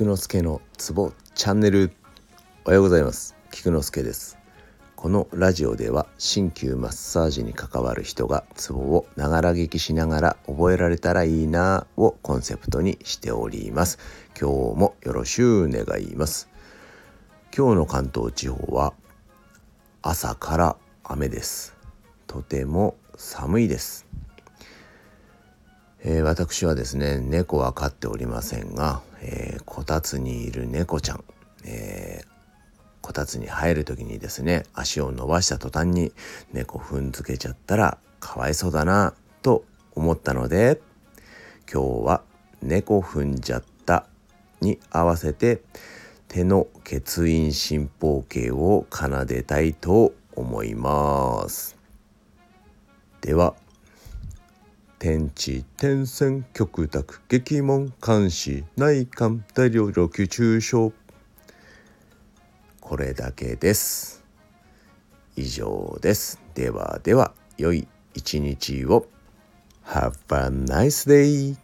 菊之助のツボチャンネル。おはようございます。菊之助です。このラジオでは鍼灸マッサージに関わる人がツボをながら聞きしながら覚えられたらいいなをコンセプトにしております。今日もよろしゅう願います。今日の関東地方は朝から雨です。とても寒いです。私はですね、猫は飼っておりませんが、こたつにいる猫ちゃん、こたつに入るときにですね、足を伸ばした途端に猫踏んづけちゃったらかわいそうだなと思ったので、今日は猫踏んじゃったに合わせて手の血印進行形を奏でたいと思います。では、天地天旋極濁激門監視内観大量老朽中傷、これだけです。以上です。ではでは、良い一日を。Have a nice day!